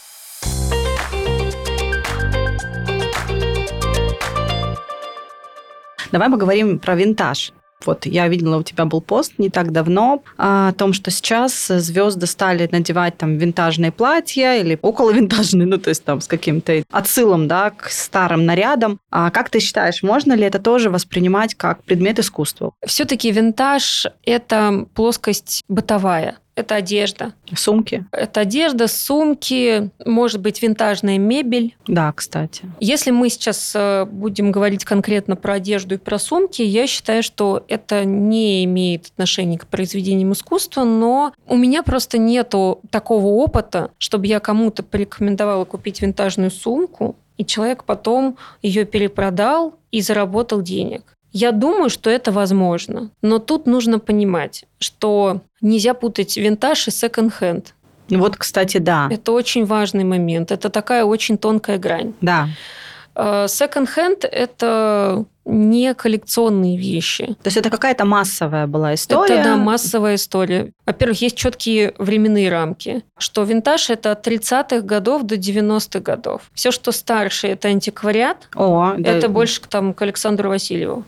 Давай поговорим про винтаж. Вот я видела, у тебя был пост не так давно о том, что сейчас звезды стали надевать там винтажные платья или околовинтажные, ну то есть там с каким-то отсылом, да, к старым нарядам. А как ты считаешь, можно ли это тоже воспринимать как предмет искусства? Все-таки винтаж – это плоскость бытовая. Это одежда. Сумки. Это одежда, сумки, может быть, винтажная мебель. Да, кстати. Если мы сейчас будем говорить конкретно про одежду и про сумки, я считаю, что это не имеет отношения к произведениям искусства, но у меня просто нету такого опыта, чтобы я кому-то порекомендовала купить винтажную сумку, и человек потом ее перепродал и заработал денег. Я думаю, что это возможно. Но тут нужно понимать, что нельзя путать винтаж и секонд-хенд. Вот, кстати, да. Это очень важный момент. Это такая очень тонкая грань. Да. Секонд-хенд – это не коллекционные вещи. То есть это какая-то массовая была история? Это, да, массовая история. Во-первых, есть четкие временные рамки, что винтаж – это от тридцатых годов до девяностых годов. Все, что старше – это антиквариат. О, это да. Больше там, к Александру Васильеву.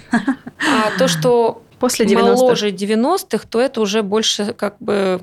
А то, что после девяностых. Моложе девяностых, то это уже больше как бы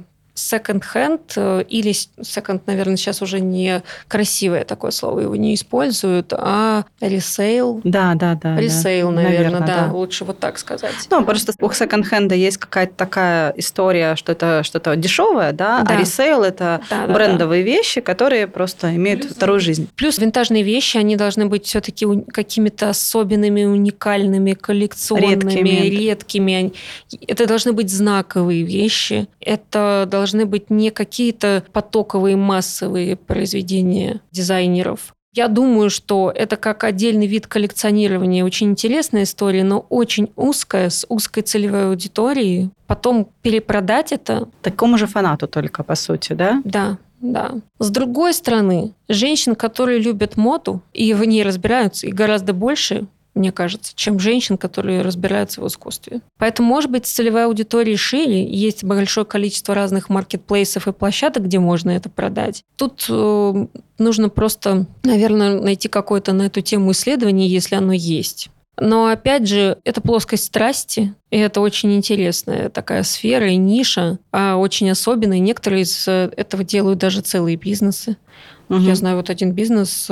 second-hand или second, наверное, сейчас уже не красивое такое слово, его не используют, а resale. Да, да, да. Resale, да. наверное, наверное, да, да. Лучше вот так сказать. Ну, просто у second-hand есть какая-то такая история, что это что-то дешевое, да, да. а resale – это да, брендовые да, да. вещи, которые просто имеют Плюс, вторую жизнь. Плюс винтажные вещи, они должны быть все-таки какими-то особенными, уникальными, коллекционными, редкими. редкими. Это должны быть знаковые вещи. Это должны должны быть не какие-то потоковые массовые произведения дизайнеров. Я думаю, что это как отдельный вид коллекционирования очень интересная история, но очень узкая, с узкой целевой аудиторией. Потом перепродать это... Такому же фанату только, по сути, да? Да. Да. С другой стороны, женщин, которые любят моду и в ней разбираются, и гораздо больше, мне кажется, чем женщин, которые разбираются в искусстве. Поэтому, может быть, целевая аудитория шире, есть большое количество разных маркетплейсов и площадок, где можно это продать. Тут э, нужно просто, наверное, найти какое-то на эту тему исследование, если оно есть. Но, опять же, это плоскость страсти, и это очень интересная такая сфера и ниша, а очень особенная. Некоторые из этого делают даже целые бизнесы. Угу. Я знаю вот один бизнес,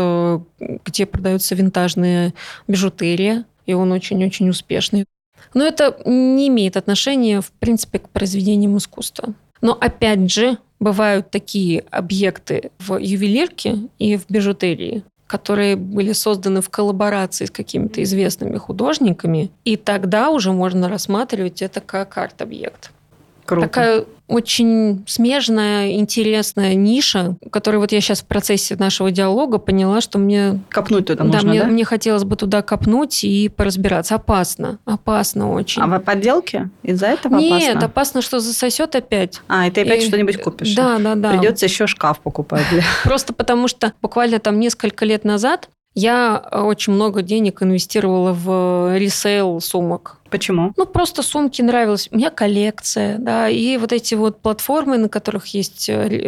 где продается винтажная бижутерия, и он очень-очень успешный. Но это не имеет отношения, в принципе, к произведениям искусства. Но, опять же, бывают такие объекты в ювелирке и в бижутерии, которые были созданы в коллаборации с какими-то известными художниками, и тогда уже можно рассматривать это как арт-объект. Круто. Такая очень смежная, интересная ниша, которую вот я сейчас в процессе нашего диалога поняла, что мне... Копнуть туда да, нужно, мне, да? мне хотелось бы туда копнуть и поразбираться. Опасно. Опасно очень. А в подделке? Из-за этого Нет, опасно? Нет, опасно, что засосет опять. А, и ты опять и... что-нибудь купишь? Да, да, да. Придется еще шкаф покупать. Просто потому что буквально там несколько лет назад я очень много денег инвестировала в ресейл сумок. Почему? Ну, просто сумки нравилось. У меня коллекция, да, и вот эти вот платформы, на которых есть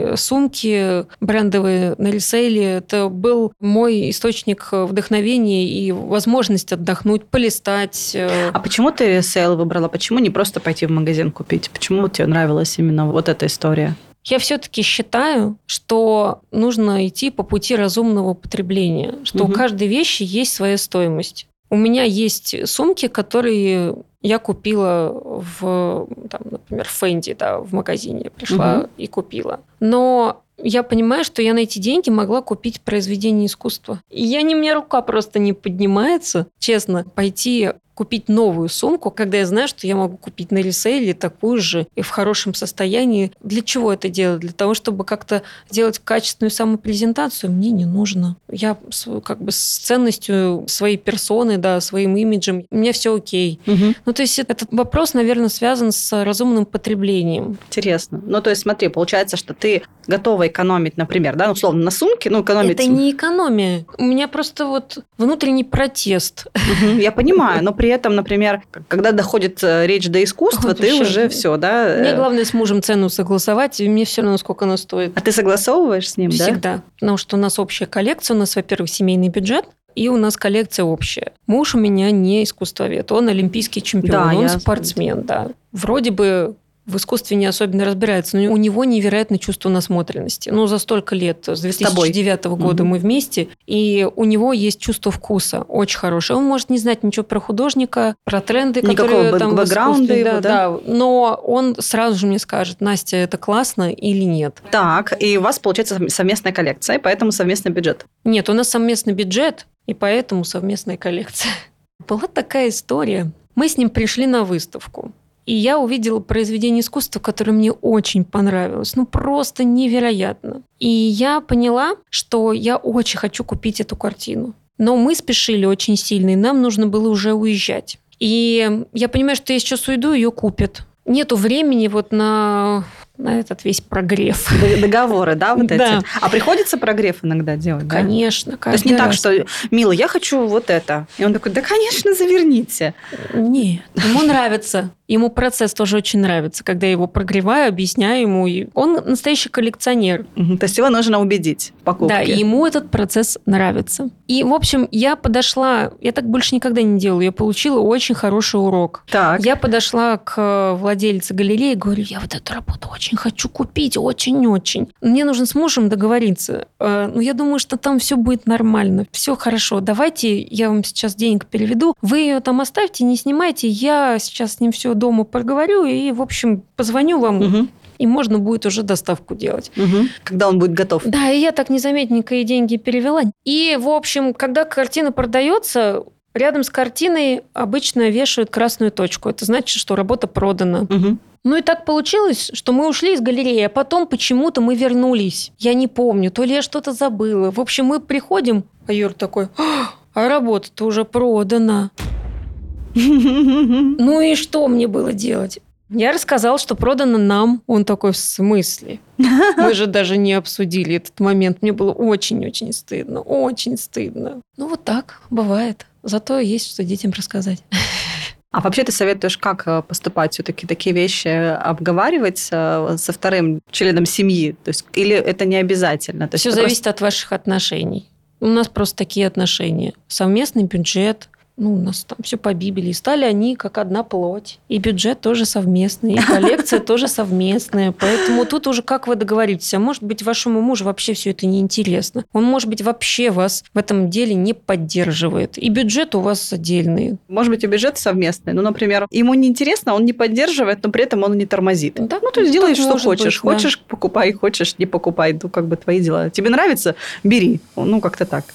сумки брендовые на ресейле, это был мой источник вдохновения и возможность отдохнуть, полистать. А почему ты ресейл выбрала? Почему не просто пойти в магазин купить? Почему тебе нравилась именно вот эта история? Я все-таки считаю, что нужно идти по пути разумного потребления, что угу. у каждой вещи есть своя стоимость. У меня есть сумки, которые я купила в, там, например, в Фенди, да, в магазине. Пришла угу. и купила. Но я понимаю, что я на эти деньги могла купить произведение искусства. И я не, у меня рука просто не поднимается, честно, пойти купить новую сумку, когда я знаю, что я могу купить на ресейле такую же и в хорошем состоянии. Для чего это делать? Для того, чтобы как-то делать качественную самопрезентацию? Мне не нужно. Я как бы с ценностью своей персоны, да, своим имиджем, у меня все окей. Угу. Ну, то есть этот вопрос, наверное, связан с разумным потреблением. Интересно. Ну, то есть смотри, получается, что ты готова экономить, например, да, условно, на сумке, ну, экономить... Это не экономия. У меня просто вот внутренний протест. Угу, я понимаю, но при этом, например, когда доходит речь до искусства, вот ты вообще, уже все, да? Мне главное с мужем цену согласовать, и мне все равно, сколько она стоит. А ты согласовываешь с ним, Всегда. да? Всегда. Потому что у нас общая коллекция, у нас, во-первых, семейный бюджет, и у нас коллекция общая. Муж у меня не искусствовед, он олимпийский чемпион, да, он спортсмен, да. Вроде бы в искусстве не особенно разбирается, но у него невероятное чувство насмотренности. Ну, за столько лет, с две тысячи девятого года угу. мы вместе, и у него есть чувство вкуса очень хорошее. Он может не знать ничего про художника, про тренды, никакого которые там в искусстве. Его, да, да? да, но он сразу же мне скажет, Настя, это классно или нет. Так, и у вас получается совместная коллекция, и поэтому совместный бюджет? Нет, у нас совместный бюджет, и поэтому совместная коллекция. Была такая история. Мы с ним пришли на выставку. И я увидела произведение искусства, которое мне очень понравилось. Ну, просто невероятно. И я поняла, что я очень хочу купить эту картину. Но мы спешили очень сильно, и нам нужно было уже уезжать. И я понимаю, что я сейчас уйду, ее купят. Нету времени вот на на этот весь прогрев. Договоры, да, вот эти? Да. А приходится прогрев иногда делать, да? Конечно, То есть не так, раз. что, мила, я хочу вот это. И он такой, да, конечно, заверните. Нет, ему нравится. Ему процесс тоже очень нравится, когда я его прогреваю, объясняю ему. И он настоящий коллекционер. Угу, то есть его нужно убедить в покупке. Да, и ему этот процесс нравится. И, в общем, я подошла... Я так больше никогда не делала. Я получила очень хороший урок. Так. Я подошла к владельце галереи и говорю, я вот эту работу очень хочу купить, очень-очень. Мне нужно с мужем договориться. Но я думаю, что там все будет нормально, все хорошо. Давайте я вам сейчас денег переведу. Вы ее там оставьте, не снимайте. Я сейчас с ним все дома проговорю и, в общем, позвоню вам. Угу. И можно будет уже доставку делать. Угу. Когда он будет готов. Да, и я так незаметненько и деньги перевела. И, в общем, когда картина продается, рядом с картиной обычно вешают красную точку. Это значит, что работа продана. Угу. Ну и так получилось, что мы ушли из галереи, а потом почему-то мы вернулись. Я не помню, то ли я что-то забыла. В общем, мы приходим, а Юр такой, а работа-то уже продана. Ну и что мне было делать? Я рассказала, что продано нам. Он такой, в смысле? Мы же даже не обсудили этот момент. Мне было очень-очень стыдно. Очень стыдно. Ну вот так бывает. Зато есть что детям рассказать. А вообще ты советуешь, как поступать? Все-таки такие вещи обговаривать со вторым членом семьи? То есть, или это не обязательно? Все зависит просто... от ваших отношений. У нас просто такие отношения. Совместный бюджет. Ну, у нас там все по Библии. Стали они как одна плоть. И бюджет тоже совместный, и коллекция тоже совместная. Поэтому тут уже как вы договоритесь. А может быть, вашему мужу вообще все это неинтересно. Он, может быть, вообще вас в этом деле не поддерживает. И бюджет у вас отдельный. Может быть, и бюджет совместный. Ну, например, ему неинтересно, он не поддерживает, но при этом он не тормозит. Да, ну, то есть делай, что хочешь. Быть, да. Хочешь – покупай, хочешь – не покупай. Ну, как бы твои дела. Тебе нравится – бери. Ну, как-то так.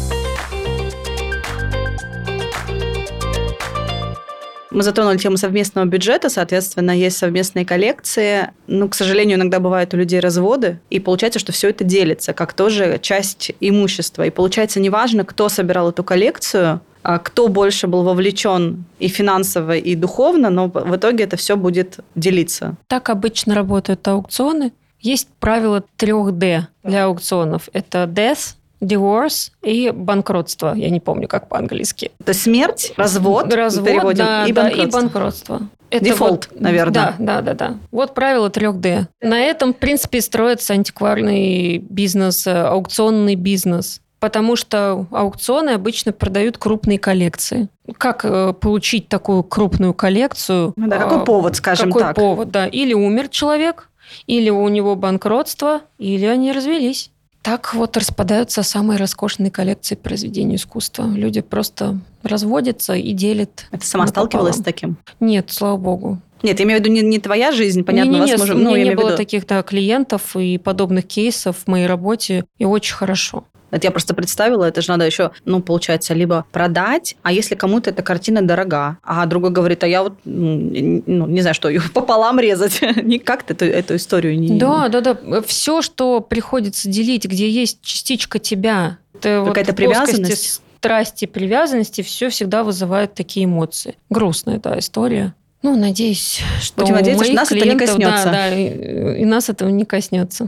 Мы затронули тему совместного бюджета, соответственно, есть совместные коллекции. Ну, к сожалению, иногда бывают у людей разводы, и получается, что все это делится, как тоже часть имущества. И получается, неважно, кто собирал эту коллекцию, кто больше был вовлечен и финансово, и духовно, но в итоге это все будет делиться. Так обычно работают аукционы. Есть правило трех Д для аукционов. Это death, divorce и банкротство. Я не помню, как по-английски. Это смерть, развод, развод переводим, да, и да, банкротство. И банкротство. Это Дефолт, вот, наверное. Да, да, да, да. Вот правило трех Д. На этом, в принципе, строится антикварный бизнес, аукционный бизнес. Потому что аукционы обычно продают крупные коллекции. Как э, получить такую крупную коллекцию? Ну да, какой повод, скажем какой так? Какой повод, да. Или умер человек, или у него банкротство, или они развелись. Так вот распадаются самые роскошные коллекции произведений искусства. Люди просто разводятся и делят. Это сама сталкивалась с таким? Нет, слава богу. Нет, я имею в виду не, не твоя жизнь, понятно, не, не, у вас не, может... У меня ну, не я было виду... таких да, клиентов и подобных кейсов в моей работе, и очень хорошо. Это я просто представила, это же надо еще, ну, получается, либо продать, а если кому-то эта картина дорога, а другой говорит, а я вот, ну, не знаю, что, ее пополам резать. Никак ты эту, эту историю не... Да, да, да. Все, что приходится делить, где есть частичка тебя, это какая-то вот привязанность, страсти, привязанности, все всегда вызывает такие эмоции. Грустная, да, история. Ну, надеюсь, что Будем надеяться, что нас это не коснется. Да, да, и, и нас этого не коснется.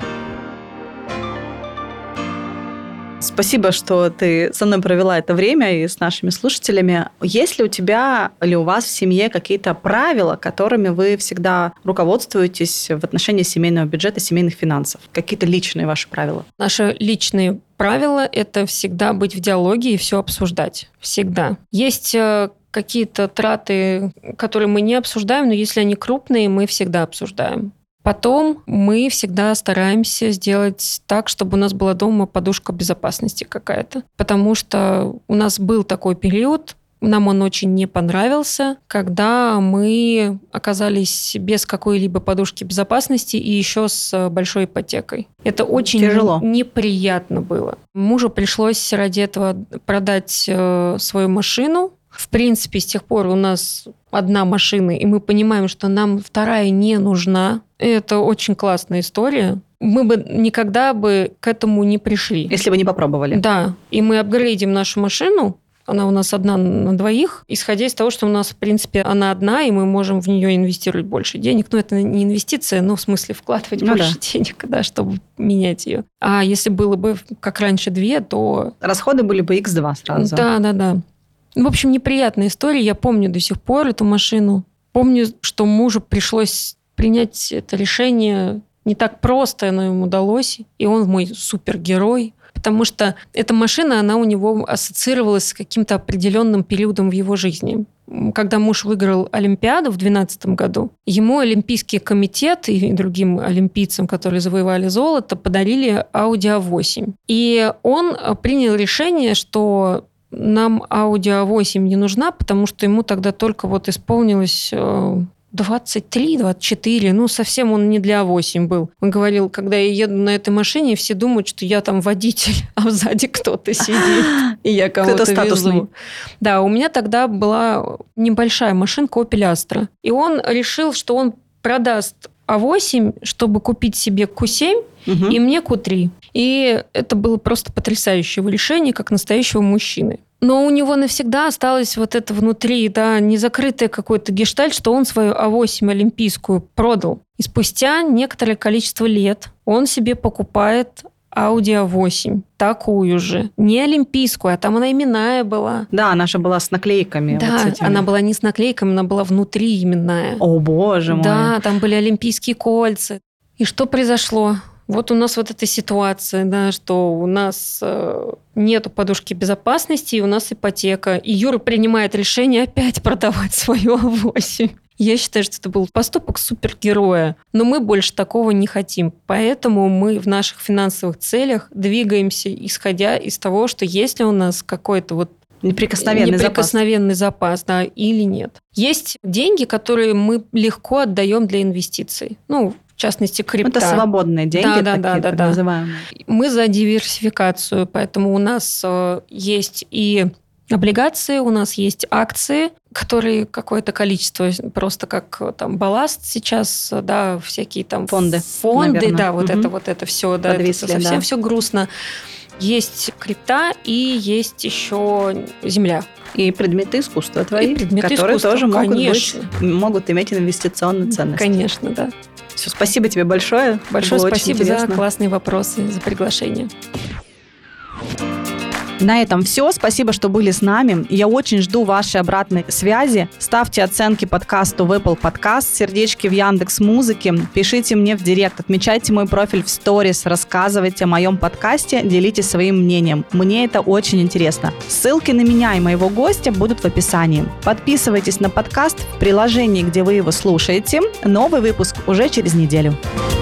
Спасибо, что ты со мной провела это время и с нашими слушателями. Есть ли у тебя или у вас в семье какие-то правила, которыми вы всегда руководствуетесь в отношении семейного бюджета, семейных финансов? Какие-то личные ваши правила? Наши личные правила – это всегда быть в диалоге и все обсуждать. Всегда. Есть какие-то траты, которые мы не обсуждаем, но если они крупные, мы всегда обсуждаем. Потом мы всегда стараемся сделать так, чтобы у нас была дома подушка безопасности какая-то. Потому что у нас был такой период, нам он очень не понравился, когда мы оказались без какой-либо подушки безопасности и еще с большой ипотекой. Это очень тяжело. Неприятно было. Мужу пришлось ради этого продать свою машину. В принципе, с тех пор у нас одна машина, и мы понимаем, что нам вторая не нужна. Это очень классная история. Мы бы никогда бы к этому не пришли. Если бы не попробовали. Да. И мы апгрейдим нашу машину, она у нас одна на двоих, исходя из того, что у нас, в принципе, она одна, и мы можем в нее инвестировать больше денег. Ну, это не инвестиция, но в смысле вкладывать ну, больше да. денег, да, чтобы менять ее. А если было бы, как раньше, две, то... Расходы были бы икс два сразу. Да, да, да. В общем, неприятная история. Я помню до сих пор эту машину. Помню, что мужу пришлось принять это решение не так просто, но ему удалось. И он мой супергерой. Потому что эта машина, она у него ассоциировалась с каким-то определенным периодом в его жизни. Когда муж выиграл Олимпиаду в две тысячи двенадцатом году, ему Олимпийский комитет и другим олимпийцам, которые завоевали золото, подарили Audi а восемь. И он принял решение, что нам Audi а восемь не нужна, потому что ему тогда только вот исполнилось... двадцать три, двадцать четыре, ну, совсем он не для а восемь был. Он говорил, когда я еду на этой машине, все думают, что я там водитель, а сзади кто-то сидит, и я кого-то везу. Да, у меня тогда была небольшая машинка Opel Astra, и он решил, что он продаст а восемь, чтобы купить себе ку семь, угу. и мне ку три. И это было просто потрясающее решение, как настоящего мужчины. Но у него навсегда осталось вот это внутри, да, незакрытый какой-то гештальт, что он свою а восемь олимпийскую продал. И спустя некоторое количество лет он себе покупает Audi а восемь, такую же. Не олимпийскую, а там она именная была. Да, она же была с наклейками. Да, вот с она была не с наклейками, она была внутри именная. О, боже мой. Да, там были олимпийские кольца. И что произошло? Вот у нас вот эта ситуация, да, что у нас э, нету подушки безопасности, и у нас ипотека. И Юра принимает решение опять продавать свою а восемь. Я считаю, что это был поступок супергероя. Но мы больше такого не хотим. Поэтому мы в наших финансовых целях двигаемся, исходя из того, что если у нас какой-то вот Неприкосновенный, неприкосновенный запас, запас да, или нет. Есть деньги, которые мы легко отдаем для инвестиций. Ну, в частности, крипта. Это свободные деньги, да, да, такие да, да, так называемые. Мы за диверсификацию, поэтому у нас есть и облигации, у нас есть акции, которые какое-то количество, просто как там балласт сейчас, да, всякие там фонды, фонды, наверное. да, вот угу. это вот это все, да, Подвисли, это совсем да. все грустно. Есть крипта и есть еще земля. И предметы искусства твои, и предметы которые искусства, тоже могут, конечно. быть, могут иметь инвестиционную ценность. Конечно, да. Все, спасибо тебе большое. Большое спасибо за классные вопросы, за приглашение. На этом все. Спасибо, что были с нами. Я очень жду вашей обратной связи. Ставьте оценки подкасту в Apple Podcast, сердечки в Яндекс.Музыке. Пишите мне в директ, отмечайте мой профиль в сторис, рассказывайте о моем подкасте, делитесь своим мнением. Мне это очень интересно. Ссылки на меня и моего гостя будут в описании. Подписывайтесь на подкаст в приложении, где вы его слушаете. Новый выпуск уже через неделю.